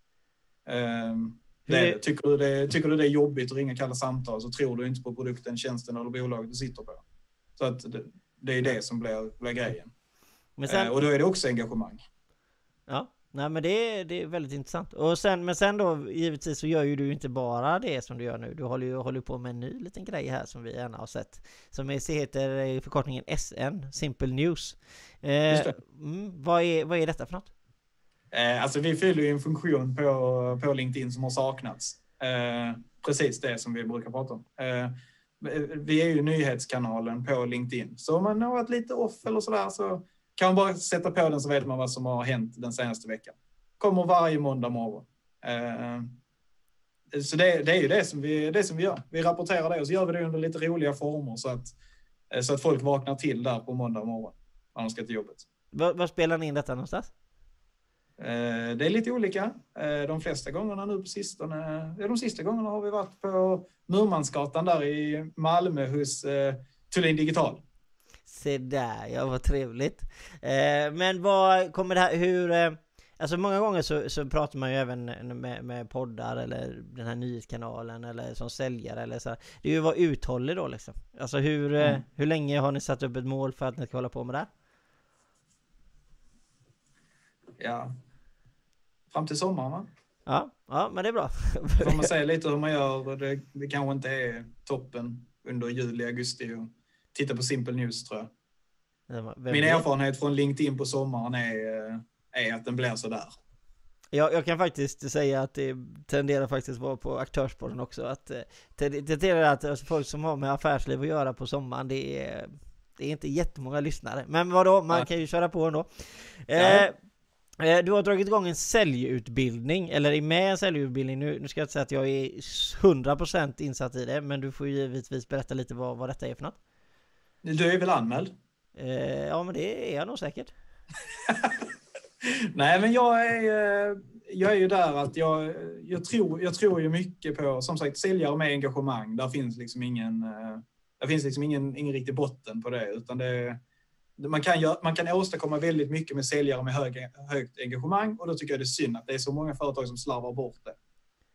Um, det, tycker, du det, tycker du det är jobbigt att ringa kalla samtal, så tror du inte på produkten, tjänsten eller bolaget du sitter på. Så att det, det är det som blir, blir grejen. Men sen, uh, och då är det också engagemang. Ja, nej, men det är, det är väldigt intressant. Och sen, men sen då, givetvis så gör ju du inte bara det som du gör nu. Du håller ju håller på med en ny liten grej här som vi gärna har sett. Som heter förkortningen S N, Simple News. Eh, mm, vad, är, vad är detta för något? Eh, alltså vi fyller ju en funktion på, på LinkedIn som har saknats. Eh, precis det som vi brukar prata om. Eh, vi är ju nyhetskanalen på LinkedIn. Så om man har varit lite off eller sådär, så kan man bara sätta på den, så vet man vad som har hänt den senaste veckan. Kommer varje måndag morgon. Eh, så det, det är ju det som, vi, det som vi gör. Vi rapporterar det, och så gör vi det under lite roliga former så att, så att folk vaknar till där på måndag morgon när de ska till jobbet. Var, var spelar ni in detta någonstans? Eh, det är lite olika. Eh, de flesta gångerna nu på sistone, ja, de sista gångerna har vi varit på Murmansgatan där i Malmö hos eh, Thulin Digital. Se där, ja, vad trevligt. Eh, men vad kommer det här, hur, eh, alltså många gånger så, så pratar man ju även med, med poddar eller den här nyhetskanalen eller som säljare eller så här. Det är ju att vara uthållig då liksom. Alltså hur, mm. eh, hur länge har ni satt upp ett mål för att ni ska hålla på med det? Ja, fram till sommaren, va? Ja, ja, men det är bra. Får man säga lite hur man gör, det, det kanske inte är toppen under juli, augusti och titta på Simple News, tror jag. Ja, min erfarenhet från LinkedIn på sommaren är, är att den blir så där. Jag, jag kan faktiskt säga att det tenderar faktiskt vara på Aktörspodden också. Att det tenderar att alltså, folk som har med affärsliv att göra på sommaren, det är, det är inte jättemånga lyssnare. Men vadå, man ja. kan ju köra på ändå. Ja. Eh, Du har dragit igång en säljutbildning, eller är med en säljutbildning. Nu, nu ska jag inte säga att jag är hundra procent insatt i det, men du får ju givetvis berätta lite vad, vad detta är för något. Du är väl anmäld? Eh, ja, men det är jag nog säkert. Nej, men jag är, jag är ju där att jag, jag, tror, jag tror ju mycket på, som sagt, säljare med engagemang. Där finns liksom ingen, där finns liksom ingen, ingen riktig botten på det, utan det Man kan, gör, man kan åstadkomma väldigt mycket med säljare med hög, högt engagemang, och då tycker jag det är synd att det är så många företag som slarvar bort det.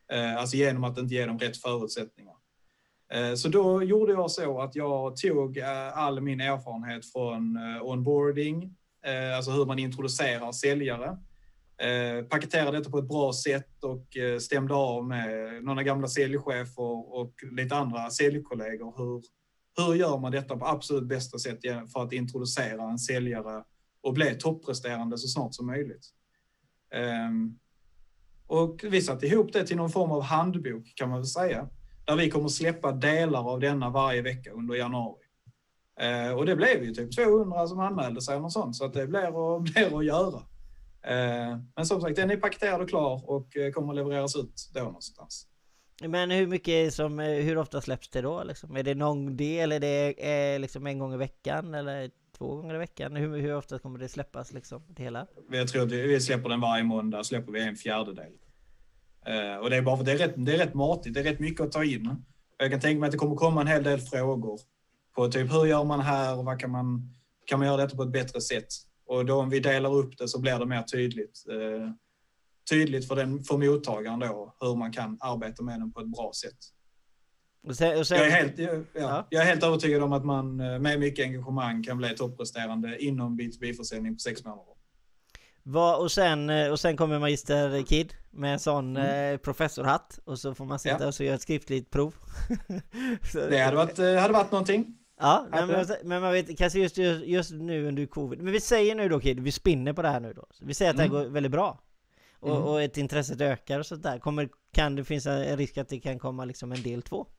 Eh, alltså genom att inte ge dem rätt förutsättningar. Eh, så då gjorde jag så att jag tog eh, all min erfarenhet från eh, onboarding, eh, alltså hur man introducerar säljare. Eh, paketerade detta på ett bra sätt och eh, stämde av med några gamla säljchefer och lite andra säljkollegor. Hur, hur gör man detta på absolut bästa sätt för att introducera en säljare och bli toppresterande så snart som möjligt. Eh, och vi satte ihop det till någon form av handbok kan man väl säga. Där vi kommer släppa delar av denna varje vecka under januari. Eh, och det blev ju typ tvåhundra som anmälde sig och något sånt. Så att det blir att, blir att göra. Eh, men som sagt, den är paketerad och klar och eh, kommer att levereras ut då någonstans. Men hur mycket som, hur ofta släpps det då? Liksom? Är det någon del? Är det är liksom en gång i veckan? Eller två gånger i veckan? Hur, hur ofta kommer det släppas liksom, det hela? Jag tror att vi släpper den varje måndag. Släpper vi en fjärdedel. Uh, och det är bara för det är rätt, det är rätt matigt, det är rätt mycket att ta in. Jag kan tänka mig att det kommer komma en hel del frågor på typ hur gör man här och vad kan man, kan man göra detta på ett bättre sätt. Och då om vi delar upp det så blir det mer tydligt. Uh, tydligt för, den, för mottagaren då hur man kan arbeta med den på ett bra sätt. Och sen, och sen... Jag, är helt, jag, ja, ja. jag är helt övertygad om att man med mycket engagemang kan bli toppresterande inom B två B-försäljning på sex månader. Va, och, sen, och sen kommer Magister Kid med en sån mm. eh, professorhatt och så får man sitta ja. och så göra ett skriftligt prov. så, det hade varit, hade varit någonting. Ja, nej, men, men man vet kanske just, just, just nu under covid. Men vi säger nu då Kid, vi spinner på det här nu då. Vi säger att mm. det här går väldigt bra. Och, mm. och ett intresset ökar och så där. Kommer, kan det finnas en risk att det kan komma liksom en del två?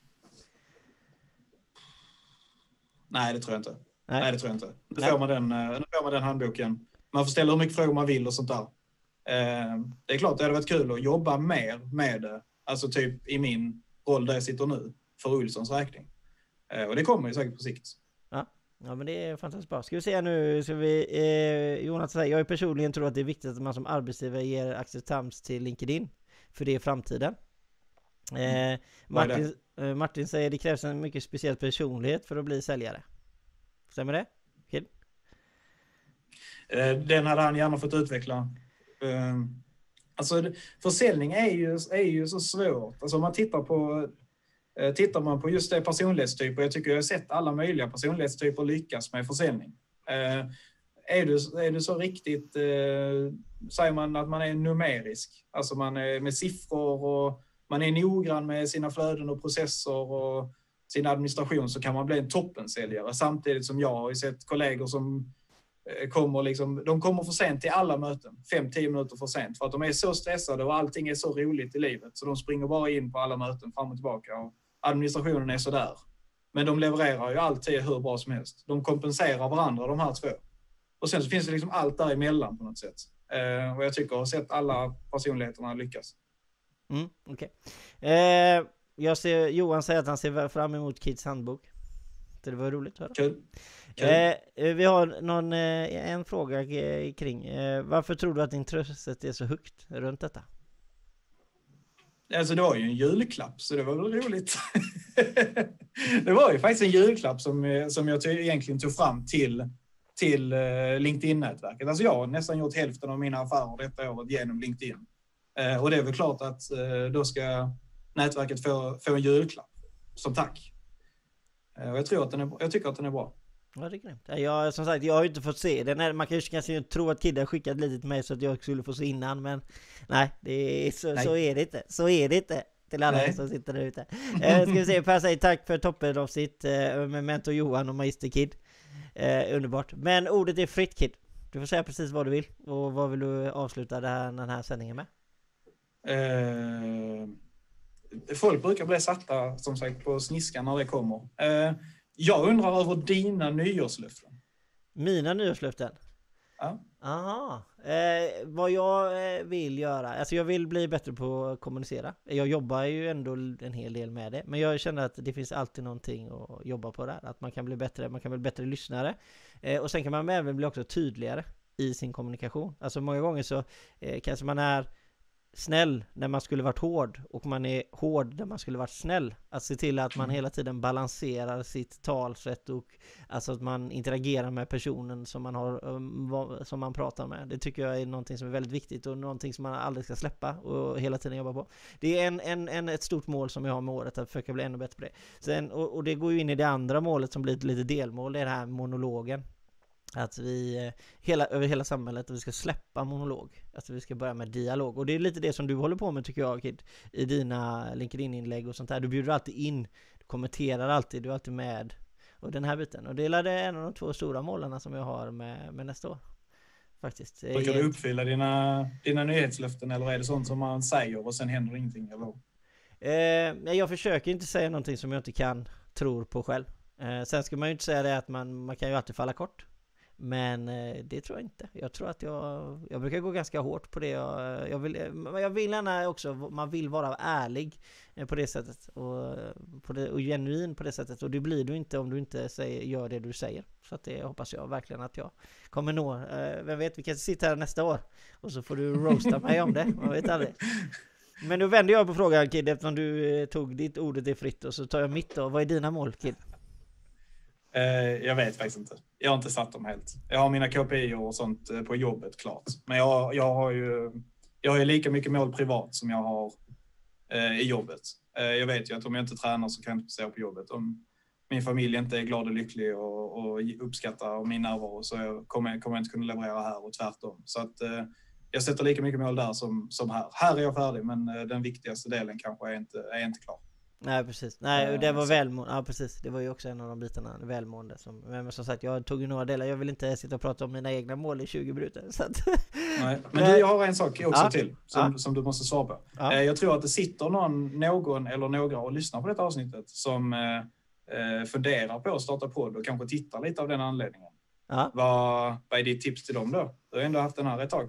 Nej, det tror jag inte. Nej, Nej det tror jag inte. Nu får, man den, nu får man den handboken. Man får ställa hur mycket frågor man vill och sånt där. Eh, det är klart, det hade varit kul att jobba mer med det. Alltså typ i min roll där jag sitter nu. För Olssons räkning. Eh, och det kommer ju säkert på sikt. Ja, ja men det är fantastiskt bra. Ska vi se nu, ska vi, eh, Jonas säger, jag personligen tror att det är viktigt att man som arbetsgivare ger acceptans till LinkedIn. För det är framtiden. Eh, Martin, eh, Martin säger det krävs en mycket speciell personlighet för att bli säljare. Stämmer det? Kid? Den hade han gärna fått utveckla. Alltså försäljning är ju, är ju så svårt. Alltså om man tittar på tittar man på just det personlighetstyper. Jag tycker jag har sett alla möjliga personlighetstyper lyckas med försäljning. Är du, är du så riktigt, säger man att man är numerisk. Alltså man är med siffror och man är noggrann med sina flöden och processer och sin administration, så kan man bli en toppensäljare. Samtidigt som jag har sett kollegor som kommer liksom, de kommer för sent till alla möten, fem till tio minuter för sent, för att de är så stressade och allting är så roligt i livet, så de springer bara in på alla möten fram och tillbaka och administrationen är så där. Men de levererar ju alltid hur bra som helst. De kompenserar varandra, de här två. Och sen så finns det liksom allt däremellan på något sätt. Eh, och jag tycker jag har sett alla personligheterna lyckas. Mm, okej. Okay. Eh, jag ser, Johan säger att han ser fram emot Kids handbok. Det var roligt att höra. Kul. Eh, vi har någon, eh, en fråga kring. Eh, varför tror du att intresset är så högt runt detta? Alltså det var ju en julklapp, så det var väl roligt. Det var ju faktiskt en julklapp som, som jag ty- egentligen tog fram till, till uh, LinkedIn-nätverket. Alltså jag har nästan gjort hälften av mina affärer detta året genom LinkedIn. Uh, och det är väl klart att uh, då ska nätverket få, få en julklapp som tack. Uh, och jag, tror att den är, jag tycker att den är bra. Ja, det är grymt. Jag, som sagt, jag har ju inte fått se den. Man kanske kanske tro att Kid har skickat lite till mig så att jag skulle få se innan, men nej, det är, så, nej. så är det inte. Så är det inte till alla nej. som sitter där ute. eh, ska vi se, Per säger tack för toppen av sitt eh, med Mentor Johan och Magister Kid. Eh, underbart. Men ordet är fritt, Kid. Du får säga precis vad du vill. Och vad vill du avsluta det här, den här sändningen med? Eh, folk brukar bli satta, som sagt, på sniskan när det kommer. Eh, Jag undrar över dina nyårslöften. Mina nyårslöften? Ja. Aha. Eh, vad jag eh, vill göra. Alltså jag vill bli bättre på att kommunicera. Jag jobbar ju ändå en hel del med det. Men jag känner att det finns alltid någonting att jobba på där. Att man kan bli bättre, man kan bli bättre lyssnare. Eh, och sen kan man även bli också tydligare i sin kommunikation. Alltså många gånger så eh, kanske man är snäll när man skulle varit hård och man är hård när man skulle varit snäll. Att se till att man hela tiden balanserar sitt talsätt och alltså att man interagerar med personen som man har som man pratar med. Det tycker jag är någonting som är väldigt viktigt och någonting som man aldrig ska släppa och hela tiden jobba på. Det är en, en, en, ett stort mål som jag har med året, att försöka bli ännu bättre på det. Sen, och, och det går ju in i det andra målet som blir ett lite delmål, det är det här monologen. Att vi hela, över hela samhället att vi ska släppa monolog, att vi ska börja med dialog. Och det är lite det som du håller på med, tycker jag, Kid, i dina LinkedIn-inlägg och sånt där. Du bjuder alltid in, du kommenterar alltid, du är alltid med och den här biten. Och det är en av de två stora målen som jag har med, med nästa år faktiskt. Brukar du uppfylla dina, dina nyhetslöften, eller är det sånt som man säger och sen händer ingenting? Eller? Eh, jag försöker inte säga någonting som jag inte kan, tror på själv. Eh, sen ska man ju inte säga det att man, man kan ju alltid falla kort. Men eh, det tror jag inte. Jag tror att jag jag brukar gå ganska hårt på det. Jag, jag vill jag vill gärna också, man vill vara ärlig eh, på det sättet och på det och genuin på det sättet, och det blir du inte om du inte säger, gör det du säger. Så att det hoppas jag verkligen att jag kommer nå. Eh, vem vet, vi kanske sitter här nästa år och så får du roasta mig om det. Man vet aldrig. Men nu vänder jag på frågan, Kid, eftersom du eh, tog ditt ordet är fritt, och så tar jag mitt då. Vad är dina mål, Kid? Eh, jag vet faktiskt inte. Jag har inte satt dem helt. Jag har mina K P I och sånt på jobbet, klart. Men jag, jag har ju jag har ju lika mycket mål privat som jag har eh, i jobbet. Eh, jag vet ju att om jag inte tränar så kan jag inte prestera på jobbet. Om min familj inte är glad och lycklig och, och uppskattar min närvaro, så jag kommer, kommer jag inte kunna leverera här, och tvärtom. Så att eh, jag sätter lika mycket mål där som, som här. Här är jag färdig, men eh, den viktigaste delen kanske är inte, är inte klar. Nej, precis. Nej, det var välmående. Ja, precis. Det var ju också en av de bitarna, välmående. Som, men som sagt, jag tog ju några delar. Jag vill inte sitta och prata om mina egna mål i tjugo minuter. Så att... Nej, men du, jag har en sak också ja. till som, ja. som du måste svara på. Ja. Jag tror att det sitter någon, någon eller några och lyssnar på detta avsnittet som eh, funderar på att starta podd och kanske tittar lite av den anledningen. Ja. Vad, vad är ditt tips till dem då? Du har ändå haft den här ett tag.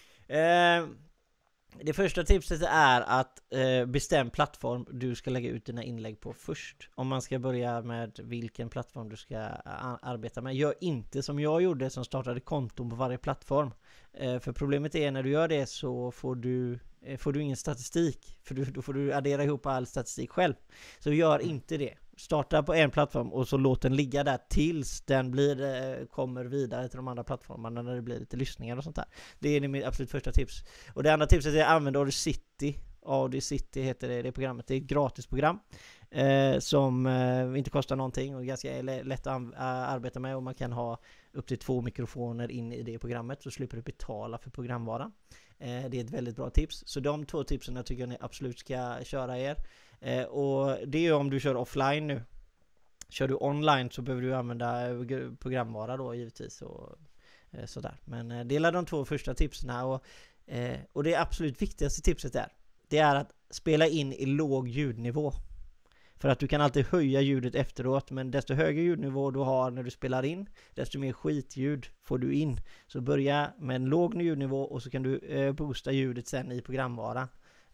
Eh... Det första tipset är att eh, bestäm plattform du ska lägga ut dina inlägg på först. Om man ska börja med vilken plattform du ska a- arbeta med. Gör inte som jag gjorde, som startade konton på varje plattform. Eh, för problemet är när du gör det så får du, eh, får du ingen statistik. För du, då får du addera ihop all statistik själv. Så gör inte det. Starta på en plattform och så låt den ligga där tills den blir, kommer vidare till de andra plattformarna när det blir lite lyssningar och sånt där. Det är mitt absolut första tips. Och det andra tipset är att använda Audacity. Audacity heter det, det programmet. Det är ett gratisprogram eh, som eh, inte kostar någonting och ganska lätt att arbeta med, och man kan ha upp till två mikrofoner in i det programmet, så slipper du betala för programvaran. Eh, det är ett väldigt bra tips. Så de två tipsen jag tycker ni absolut ska köra er. Eh, och det är ju om du kör offline nu. Kör du online så behöver du använda programvara då givetvis och eh, sådär. Men eh, dela de två första tipsen och, eh, och det absolut viktigaste tipset är det är att spela in i låg ljudnivå. För att du kan alltid höja ljudet efteråt, men desto högre ljudnivå du har när du spelar in, desto mer skitljud får du in. Så börja med en låg ljudnivå och så kan du eh, boosta ljudet sen i programvaran.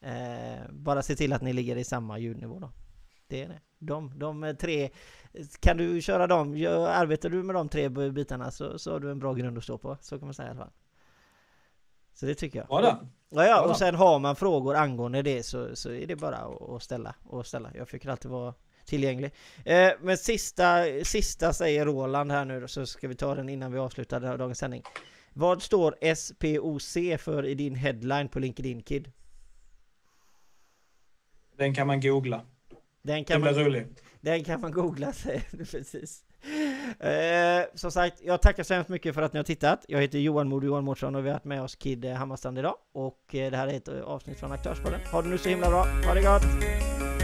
Eh, bara se till att ni ligger i samma ljudnivå då. Det är det. De, de tre, kan du köra dem, gör, arbetar du med de tre bitarna så, så har du en bra grund att stå på. Så kan man säga i alla fall. Så det tycker jag. Ja, ja, ja, och sen har man frågor angående det så, så är det bara att, att ställa och ställa. Jag försöker alltid vara tillgänglig. Eh, men sista, sista säger Roland här nu, så ska vi ta den innan vi avslutar dagens sändning. Vad står S P O C för i din headline på LinkedIn, Kid? Den kan man googla. Den kan den blir man, rolig. Den kan man googla, säger du precis. Eh, som sagt, jag tackar så hemskt mycket för att ni har tittat. Jag heter Johan Mod Johan Mårtsson och vi har haft med oss Kid Hammarstrand idag. Och eh, det här är ett avsnitt från Aktörspodden. Ha det nu så himla bra. Ha det gott!